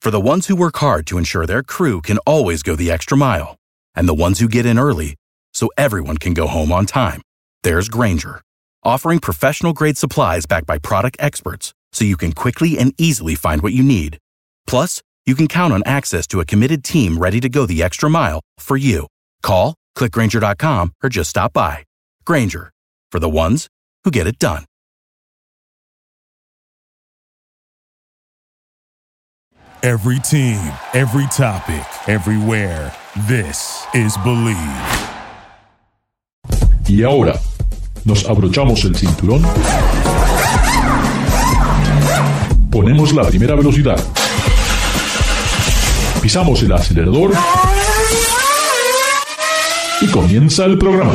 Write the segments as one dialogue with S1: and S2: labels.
S1: For the ones who work hard to ensure their crew can always go the extra mile, and the ones who get in early so everyone can go home on time, there's Grainger, offering professional-grade supplies backed by product experts so you can quickly and easily find what you need. Plus, you can count on access to a committed team ready to go the extra mile for you. Call, click Grainger.com, or just stop by. Grainger, for the ones who get it done.
S2: Every team, every topic, everywhere. This is Believe.
S3: Y ahora, nos abrochamos el cinturón, ponemos la primera velocidad, pisamos el acelerador y comienza el programa.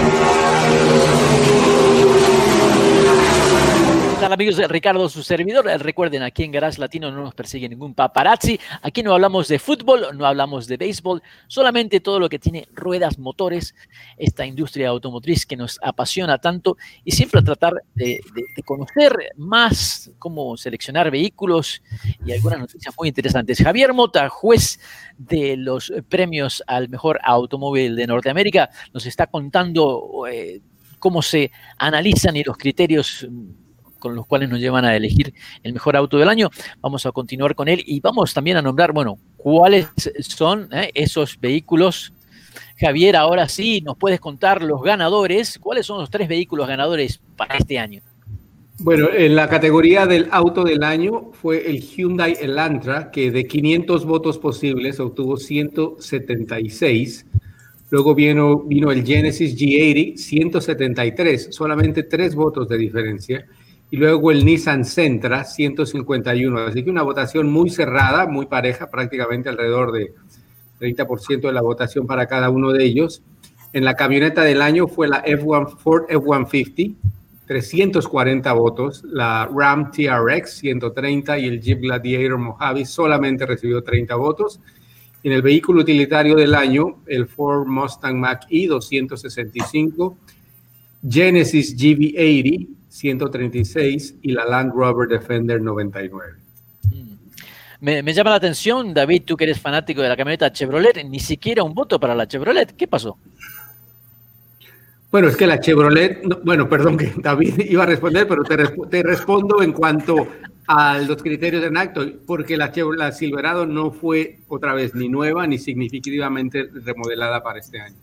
S4: Hola amigos, Ricardo, su servidor. Recuerden, aquí en Garage Latino no nos persigue ningún paparazzi. Aquí no hablamos de fútbol, no hablamos de béisbol, solamente todo lo que tiene ruedas, motores, esta industria automotriz que nos apasiona tanto, y siempre tratar de conocer más cómo seleccionar vehículos y algunas noticias muy interesantes. Javier Mota, juez de los premios al mejor automóvil de Norteamérica, nos está contando cómo se analizan y los criterios con los cuales nos llevan a elegir el mejor auto del año. Vamos a continuar con él y vamos también a nombrar, bueno, cuáles son esos vehículos. Javier, ahora sí, nos puedes contar los ganadores. ¿Cuáles son los 3 vehículos ganadores para este año?
S5: Bueno, en la categoría del auto del año fue el Hyundai Elantra, que de 500 votos posibles obtuvo 176. Luego vino el Genesis G80, 173, solamente 3 votos de diferencia. Y luego el Nissan Sentra, 151. Así que una votación muy cerrada, muy pareja, prácticamente alrededor de 30% de la votación para cada uno de ellos. En la camioneta del año fue la Ford F-150, 340 votos. La Ram TRX, 130. Y el Jeep Gladiator Mojave solamente recibió 30 votos. En el vehículo utilitario del año, el Ford Mustang Mach-E, 265. Genesis GV80, 136, y la Land Rover Defender 99.
S4: Me llama la atención, David, tú que eres fanático de la camioneta Chevrolet, ni siquiera un voto para la Chevrolet. ¿Qué pasó?
S5: Bueno, es que la Chevrolet, bueno, perdón que David iba a responder, pero te respondo en cuanto a los criterios de acto, porque la Silverado no fue otra vez ni nueva ni significativamente remodelada para este año.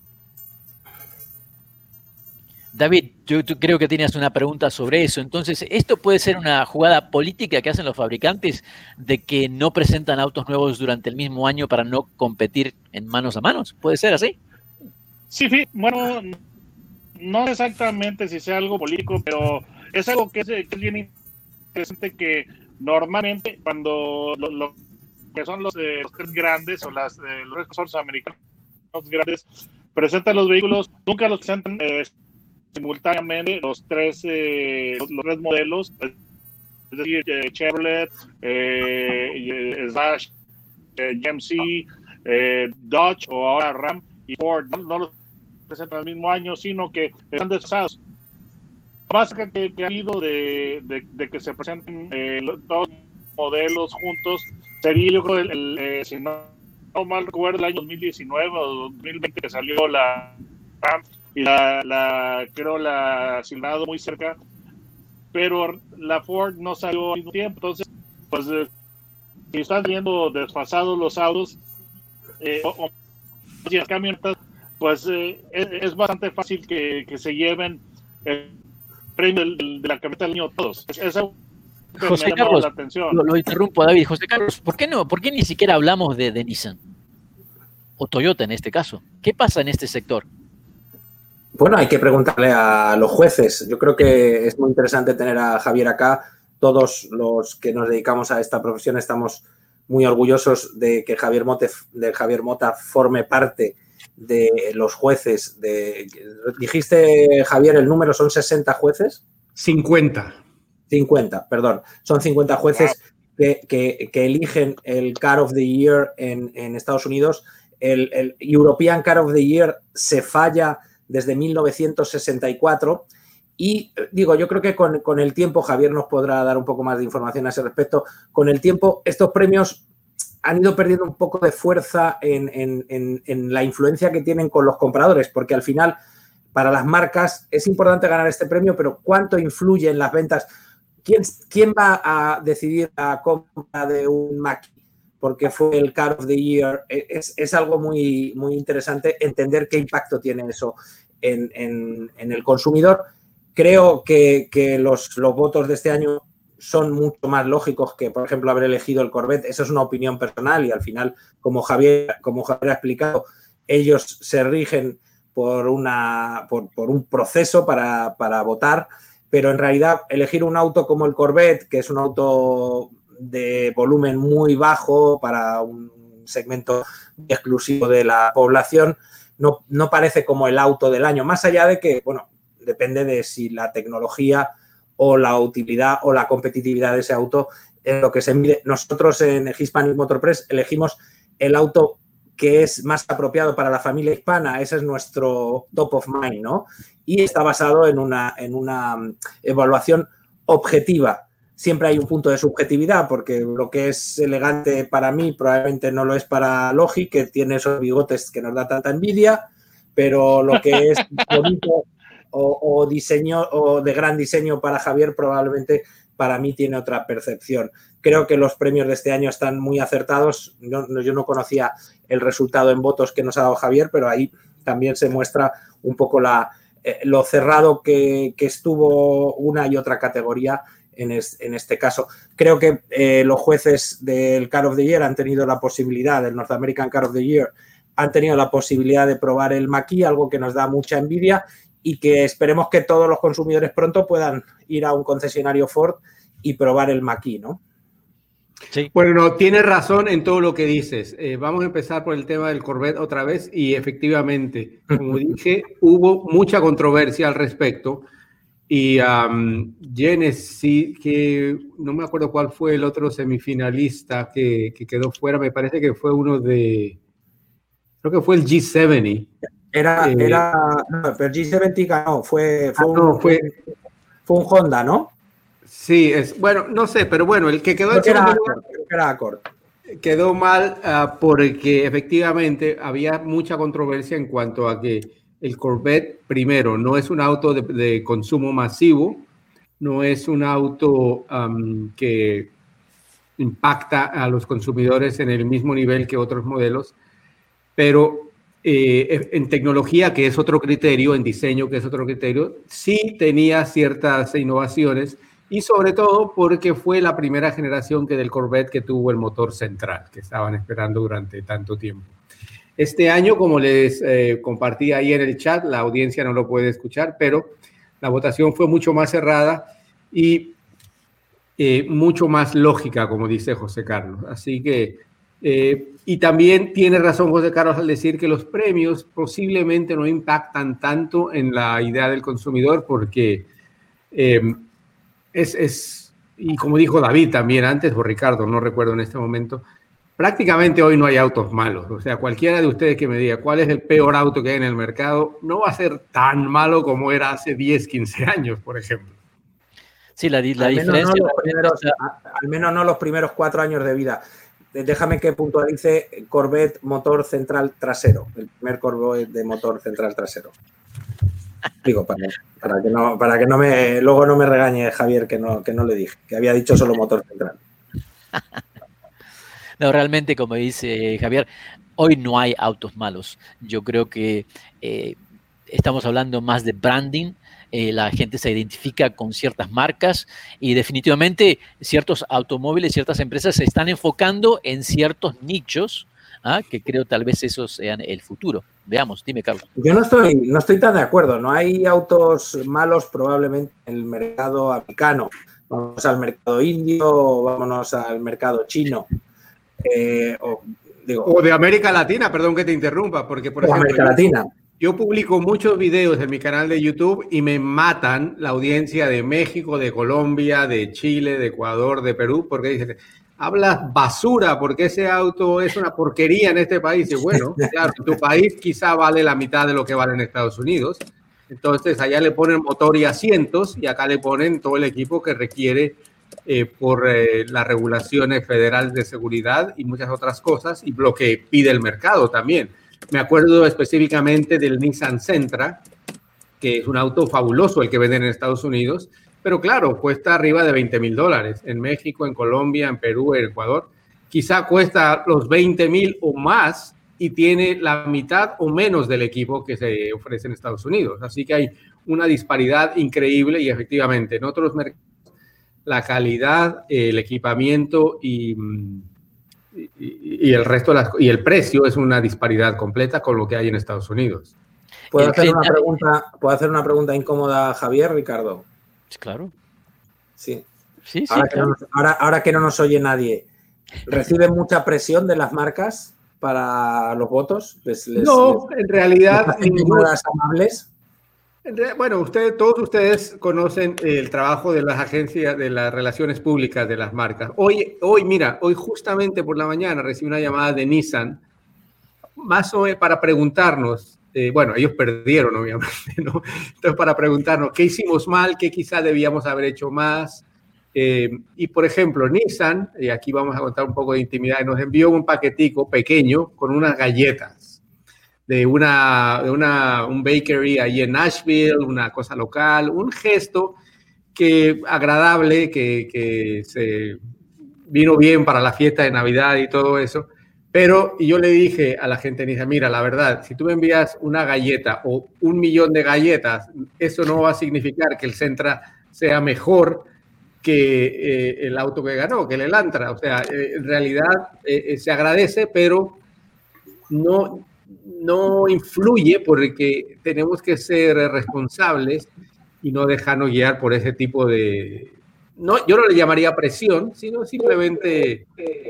S4: David, yo creo que tenías una pregunta sobre eso. Entonces, ¿esto puede ser una jugada política que hacen los fabricantes de que no presentan autos nuevos durante el mismo año para no competir en manos a manos? ¿Puede ser así?
S6: Sí, bueno, no exactamente si sea algo político, pero es algo que es bien interesante, que normalmente cuando lo que son los 3 grandes o los resorts americanos grandes presentan los vehículos, nunca los presentan simultáneamente los tres modelos, es decir, Chevrolet, Slash, GMC, Dodge o ahora Ram y Ford. No los presentan al mismo año, sino que están desfasados. Lo más que ha habido de que se presenten todos los modelos juntos sería, yo creo, si no mal recuerdo, el año 2019 o 2020 que salió la Ram y creo la Silverado muy cerca, pero la Ford no salió al mismo tiempo. Entonces, pues si están viendo desfasados los autos o si las camionetas, pues es bastante fácil que se lleven el premio de la camioneta del año todos. Eso
S4: José
S6: me
S4: Carlos,
S6: la atención.
S4: lo interrumpo, David. José Carlos, ¿por qué no? ¿Por qué ni siquiera hablamos de Nissan? O Toyota en este caso. ¿Qué pasa en este sector?
S7: Bueno, hay que preguntarle a los jueces. Yo creo que es muy interesante tener a Javier acá. Todos los que nos dedicamos a esta profesión estamos muy orgullosos de que Javier Mota forme parte de los jueces. Dijiste, Javier, el número son 60 jueces.
S5: 50,
S7: perdón. Son 50 jueces que eligen el Car of the Year en Estados Unidos. El European Car of the Year se falla desde 1964 y digo, yo creo que con el tiempo, Javier nos podrá dar un poco más de información a ese respecto, con el tiempo estos premios han ido perdiendo un poco de fuerza en la influencia que tienen con los compradores, porque al final, para las marcas, es importante ganar este premio, pero ¿cuánto influye en las ventas? ¿Quién va a decidir la compra de un Mackie? Porque fue el Car of the Year. Es algo muy, muy interesante entender qué impacto tiene eso en el consumidor. Creo que los votos de este año son mucho más lógicos que, por ejemplo, haber elegido el Corvette. Eso es una opinión personal y al final, como Javier ha explicado, ellos se rigen por un proceso para votar, pero en realidad elegir un auto como el Corvette, que es un auto de volumen muy bajo para un segmento exclusivo de la población, no parece como el auto del año, más allá de que, bueno, depende de si la tecnología o la utilidad o la competitividad de ese auto es lo que se mide. Nosotros en Hispanic Motor Press elegimos el auto que es más apropiado para la familia hispana. Ese es nuestro top of mind, ¿no? Y está basado en una evaluación objetiva. Siempre hay un punto de subjetividad, porque lo que es elegante para mí probablemente no lo es para Logi, que tiene esos bigotes que nos da tanta envidia, pero lo que es bonito o diseño o de gran diseño para Javier probablemente para mí tiene otra percepción. Creo que los premios de este año están muy acertados. Yo no conocía el resultado en votos que nos ha dado Javier, pero ahí también se muestra un poco lo cerrado que estuvo una y otra categoría en este caso. Creo que los jueces del Car of the Year han tenido la posibilidad, del North American Car of the Year, han tenido la posibilidad de probar el Mach-E, algo que nos da mucha envidia y que esperemos que todos los consumidores pronto puedan ir a un concesionario Ford y probar el Mach-E, ¿no?
S5: Sí. Bueno, no, tienes razón en todo lo que dices. Vamos a empezar por el tema del Corvette otra vez y efectivamente, como dije, hubo mucha controversia al respecto y Genesis, que no me acuerdo cuál fue el otro semifinalista que quedó fuera, me parece que fue creo que fue el G70.
S7: No, pero G70 ganó, fue un Honda, ¿no?
S5: Sí, bueno, no sé, pero bueno, el que quedó quedó mal porque efectivamente había mucha controversia en cuanto a que el Corvette, primero, no es un auto de consumo masivo, no es un auto que impacta a los consumidores en el mismo nivel que otros modelos, pero en tecnología, que es otro criterio, en diseño, que es otro criterio, sí tenía ciertas innovaciones y sobre todo porque fue la primera generación del Corvette que tuvo el motor central, que estaban esperando durante tanto tiempo. Este año, como les compartí ahí en el chat, la audiencia no lo puede escuchar, pero la votación fue mucho más cerrada y mucho más lógica, como dice José Carlos. Así que, y también tiene razón José Carlos al decir que los premios posiblemente no impactan tanto en la idea del consumidor porque y como dijo David también antes, o Ricardo, no recuerdo en este momento, prácticamente hoy no hay autos malos. O sea, cualquiera de ustedes que me diga cuál es el peor auto que hay en el mercado, no va a ser tan malo como era hace 10, 15 años, por ejemplo.
S4: Sí, la diferencia...
S7: al menos no los primeros 4 años de vida. Déjame que puntualice Corvette motor central trasero. El primer Corvette de motor central trasero. Digo, para que luego no me regañe Javier que no le dije, que había dicho solo motor central.
S4: No, realmente, como dice Javier, hoy no hay autos malos. Yo creo que estamos hablando más de branding. La gente se identifica con ciertas marcas y definitivamente ciertos automóviles, ciertas empresas se están enfocando en ciertos nichos, que creo tal vez esos sean el futuro. Veamos, dime, Carlos.
S7: Yo no estoy tan de acuerdo. No hay autos malos probablemente en el mercado americano. Vamos al mercado indio o vámonos al mercado chino.
S5: O de América Latina, perdón que te interrumpa, porque por ejemplo,
S7: América Latina.
S5: Yo publico muchos videos en mi canal de YouTube y me matan la audiencia de México, de Colombia, de Chile, de Ecuador, de Perú, porque dicen, hablas basura, porque ese auto es una porquería en este país. Y bueno, claro, tu país quizá vale la mitad de lo que vale en Estados Unidos. Entonces allá le ponen motor y asientos y acá le ponen todo el equipo que requiere por las regulaciones federales de seguridad y muchas otras cosas, y lo que pide el mercado también. Me acuerdo específicamente del Nissan Sentra, que es un auto fabuloso el que venden en Estados Unidos, pero claro, cuesta arriba de $20,000. En México, en Colombia, en Perú, en Ecuador, quizá cuesta los 20,000 o más y tiene la mitad o menos del equipo que se ofrece en Estados Unidos. Así que hay una disparidad increíble y efectivamente en otros mercados la calidad, el equipamiento y el resto y el precio es una disparidad completa con lo que hay en Estados Unidos.
S7: ¿Puedo hacer una pregunta incómoda a Javier, Ricardo?
S4: Claro.
S7: Sí.
S4: Ahora
S7: que no nos oye nadie, ¿reciben mucha presión de las marcas para los votos?
S5: En realidad...
S7: ¿Llamadas amables?
S5: Bueno, todos ustedes conocen el trabajo de las agencias de las relaciones públicas de las marcas. Hoy justamente por la mañana recibí una llamada de Nissan, más o menos para preguntarnos, ellos perdieron obviamente, ¿no? Entonces para preguntarnos qué hicimos mal, qué quizás debíamos haber hecho más. Y por ejemplo, Nissan, y aquí vamos a contar un poco de intimidad, nos envió un paquetico pequeño con unas galletas de un bakery ahí en Nashville, una cosa local, un gesto agradable, que se vino bien para la fiesta de Navidad y todo eso. Y yo le dije a la gente, mira, la verdad, si tú me envías una galleta o 1 millón de galletas, eso no va a significar que el Sentra sea mejor que el auto que ganó, que el Elantra. O sea, en realidad se agradece, pero no influye, porque tenemos que ser responsables y no dejarnos guiar por ese tipo de... yo no le llamaría presión, sino simplemente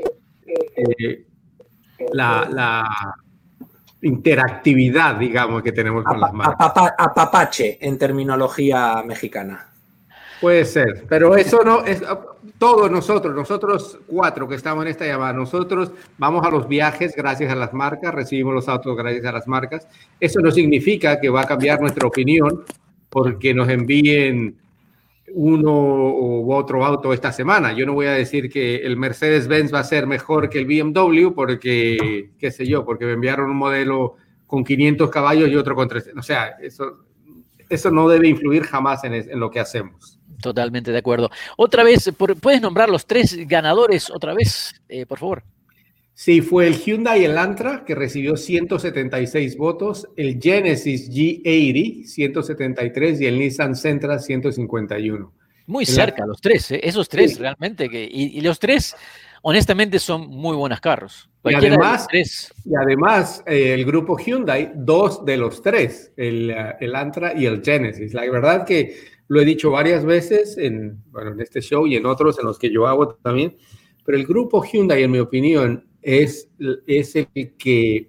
S5: la interactividad, digamos, que tenemos con las marcas.
S7: Apapache en terminología mexicana.
S5: Puede ser, pero eso no es... Todos nosotros 4 que estamos en esta llamada, nosotros vamos a los viajes gracias a las marcas, recibimos los autos gracias a las marcas. Eso no significa que va a cambiar nuestra opinión porque nos envíen uno u otro auto esta semana. Yo no voy a decir que el Mercedes-Benz va a ser mejor que el BMW porque, qué sé yo, porque me enviaron un modelo con 500 caballos y otro con 300. O sea, eso no debe influir jamás en lo que hacemos.
S4: Totalmente de acuerdo. Otra vez, ¿puedes nombrar los 3 ganadores otra vez, por favor?
S5: Sí, fue el Hyundai Elantra, que recibió 176 votos, el Genesis G80, 173, y el Nissan Sentra, 151.
S4: Muy cerca los 3, esos 3 sí. Realmente, y los 3, honestamente, son muy buenos carros.
S5: Y además, el grupo Hyundai, 2 de los 3, el Elantra y el Genesis. La verdad que lo he dicho varias veces en este show y en otros en los que yo hago también, pero el grupo Hyundai, en mi opinión, es el que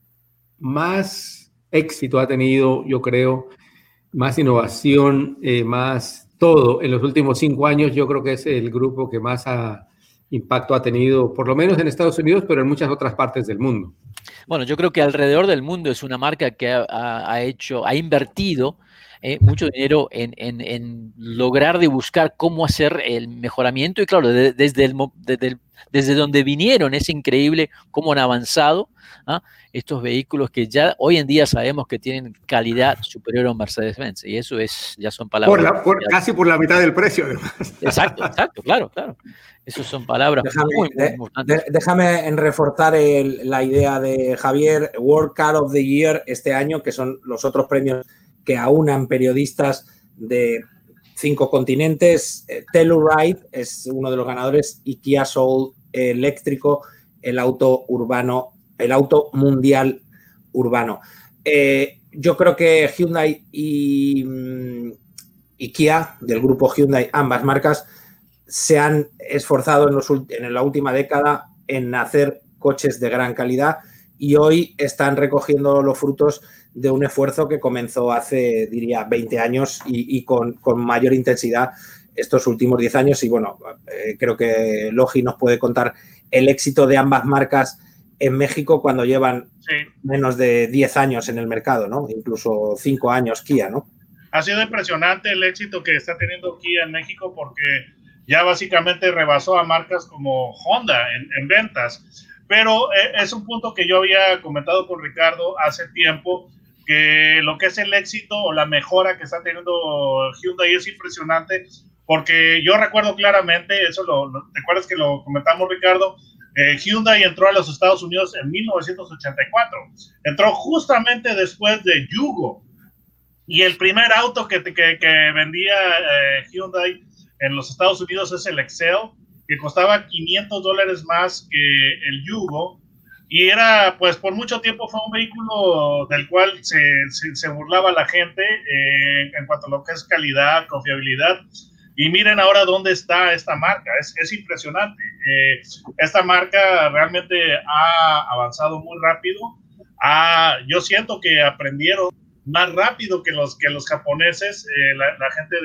S5: más éxito ha tenido, yo creo, más innovación, más todo. En los últimos 5 años yo creo que es el grupo que más impacto ha tenido, por lo menos en Estados Unidos, pero en muchas otras partes del mundo.
S4: Bueno, yo creo que alrededor del mundo es una marca que ha invertido mucho dinero en lograr de buscar cómo hacer el mejoramiento, y claro, desde donde vinieron es increíble cómo han avanzado estos vehículos que ya hoy en día sabemos que tienen calidad superior a un Mercedes-Benz, y eso ya son palabras.
S5: Casi por la mitad del precio, además.
S4: Exacto, claro. Esas son palabras muy importantes.
S7: Déjame reforzar la idea de Javier. World Car of the Year este año, que son los otros premios que aunan periodistas de 5 continentes. Telluride es uno de los ganadores, y Kia Soul eléctrico, el auto mundial urbano. Yo creo que Hyundai y Kia, del grupo Hyundai, ambas marcas, se han esforzado en la última década en hacer coches de gran calidad, y hoy están recogiendo los frutos de un esfuerzo que comenzó hace, diría, 20 años y con mayor intensidad estos últimos 10 años. Y bueno, creo que Logi nos puede contar el éxito de ambas marcas en México cuando llevan menos de 10 años en el mercado, ¿no? Incluso 5 años Kia, ¿no?
S6: Ha sido impresionante el éxito que está teniendo Kia en México, porque ya básicamente rebasó a marcas como Honda en ventas. Pero es un punto que yo había comentado con Ricardo hace tiempo, que lo que es el éxito o la mejora que está teniendo Hyundai es impresionante, porque yo recuerdo claramente, ¿te acuerdas que lo comentamos, Ricardo? Hyundai entró a los Estados Unidos en 1984, entró justamente después de Yugo, y el primer auto que vendía Hyundai en los Estados Unidos es el Excel, que costaba $500 más que el Yugo, y era, pues por mucho tiempo fue un vehículo del cual se burlaba la gente en cuanto a lo que es calidad, confiabilidad, y miren ahora dónde está esta marca, es impresionante. Esta marca realmente ha avanzado muy rápido, yo siento que aprendieron más rápido que los japoneses, la gente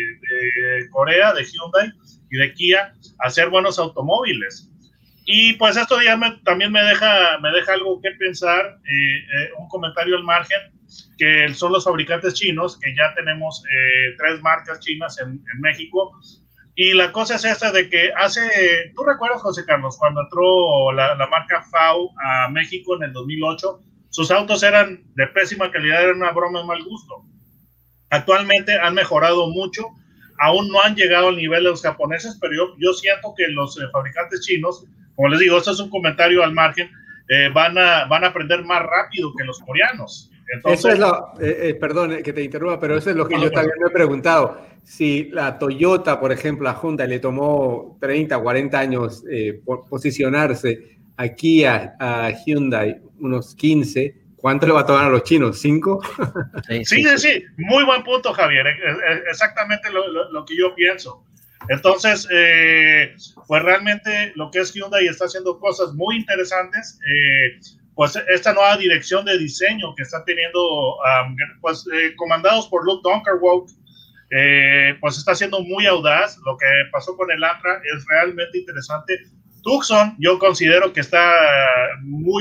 S6: de Corea, de Hyundai y de Kia, hacer buenos automóviles. Y pues esto ya también me deja algo que pensar, un comentario al margen, que son los fabricantes chinos, que ya tenemos 3 marcas chinas en México. Y la cosa es esta de que ¿tú recuerdas, José Carlos, cuando entró la marca FAW a México en el 2008? Sus autos eran de pésima calidad, eran una broma de mal gusto. Actualmente han mejorado mucho, aún no han llegado al nivel de los japoneses, pero yo siento que los fabricantes chinos, como les digo, esto es un comentario al margen, van a aprender más rápido que los coreanos. Entonces,
S5: eso es perdón que te interrumpa, pero eso es lo que yo también me he preguntado. Si la Toyota, por ejemplo, a Hyundai le tomó 30, 40 años posicionarse, aquí a Hyundai unos 15, ¿cuánto le va a tomar a los chinos? ¿5?
S6: Sí. Muy buen punto, Javier. Exactamente lo que yo pienso. Entonces, pues realmente lo que es Hyundai está haciendo cosas muy interesantes. Pues esta nueva dirección de diseño que está teniendo, comandados por Luke Donckerwolf, pues está siendo muy audaz. Lo que pasó con el Antra es realmente interesante. Tucson, yo considero que está muy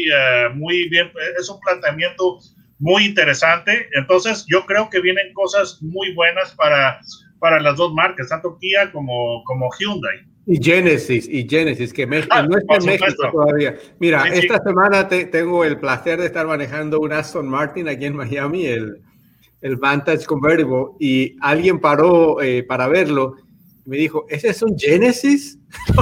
S6: bien, es un planteamiento muy interesante. Entonces, yo creo que vienen cosas muy buenas para las dos marcas, tanto Kia como Hyundai.
S5: Y Genesis, que no está en México todavía. Mira, esta semana tengo el placer de estar manejando un Aston Martin aquí en Miami, el Vantage Convertible, y alguien paró para verlo. Me dijo, ¿ese es un Genesis?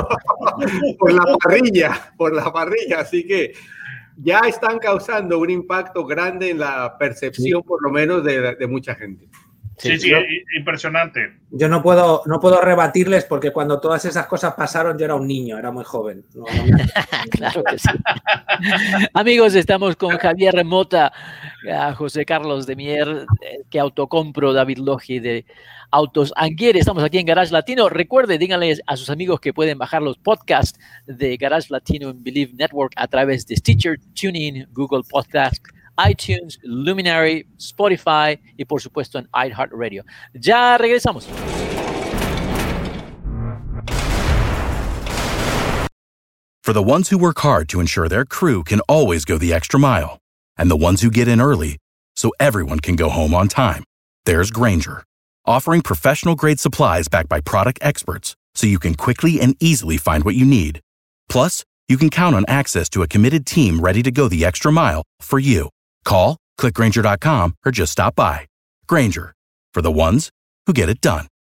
S5: por la parrilla, así que ya están causando un impacto grande en la percepción, por lo menos, de mucha gente.
S6: Sí, impresionante.
S7: Yo no puedo rebatirles porque cuando todas esas cosas pasaron yo era un niño, era muy joven.
S4: Claro que sí. Amigos, estamos con Javier Mota, José Carlos de Mier, que autocompro, David Logi de Autos Anguier. Estamos aquí en Garage Latino. Recuerde, díganle a sus amigos que pueden bajar los podcasts de Garage Latino en Believe Network a través de Stitcher, TuneIn, Google Podcast, iTunes, Luminary, Spotify y por supuesto en iHeartRadio. Ya regresamos.
S1: For the ones who work hard to ensure their crew can always go the extra mile, and the ones who get in early so everyone can go home on time, there's Grainger, offering professional-grade supplies backed by product experts so you can quickly and easily find what you need. Plus, you can count on access to a committed team ready to go the extra mile for you. Call, click Grainger.com, or just stop by. Grainger, for the ones who get it done.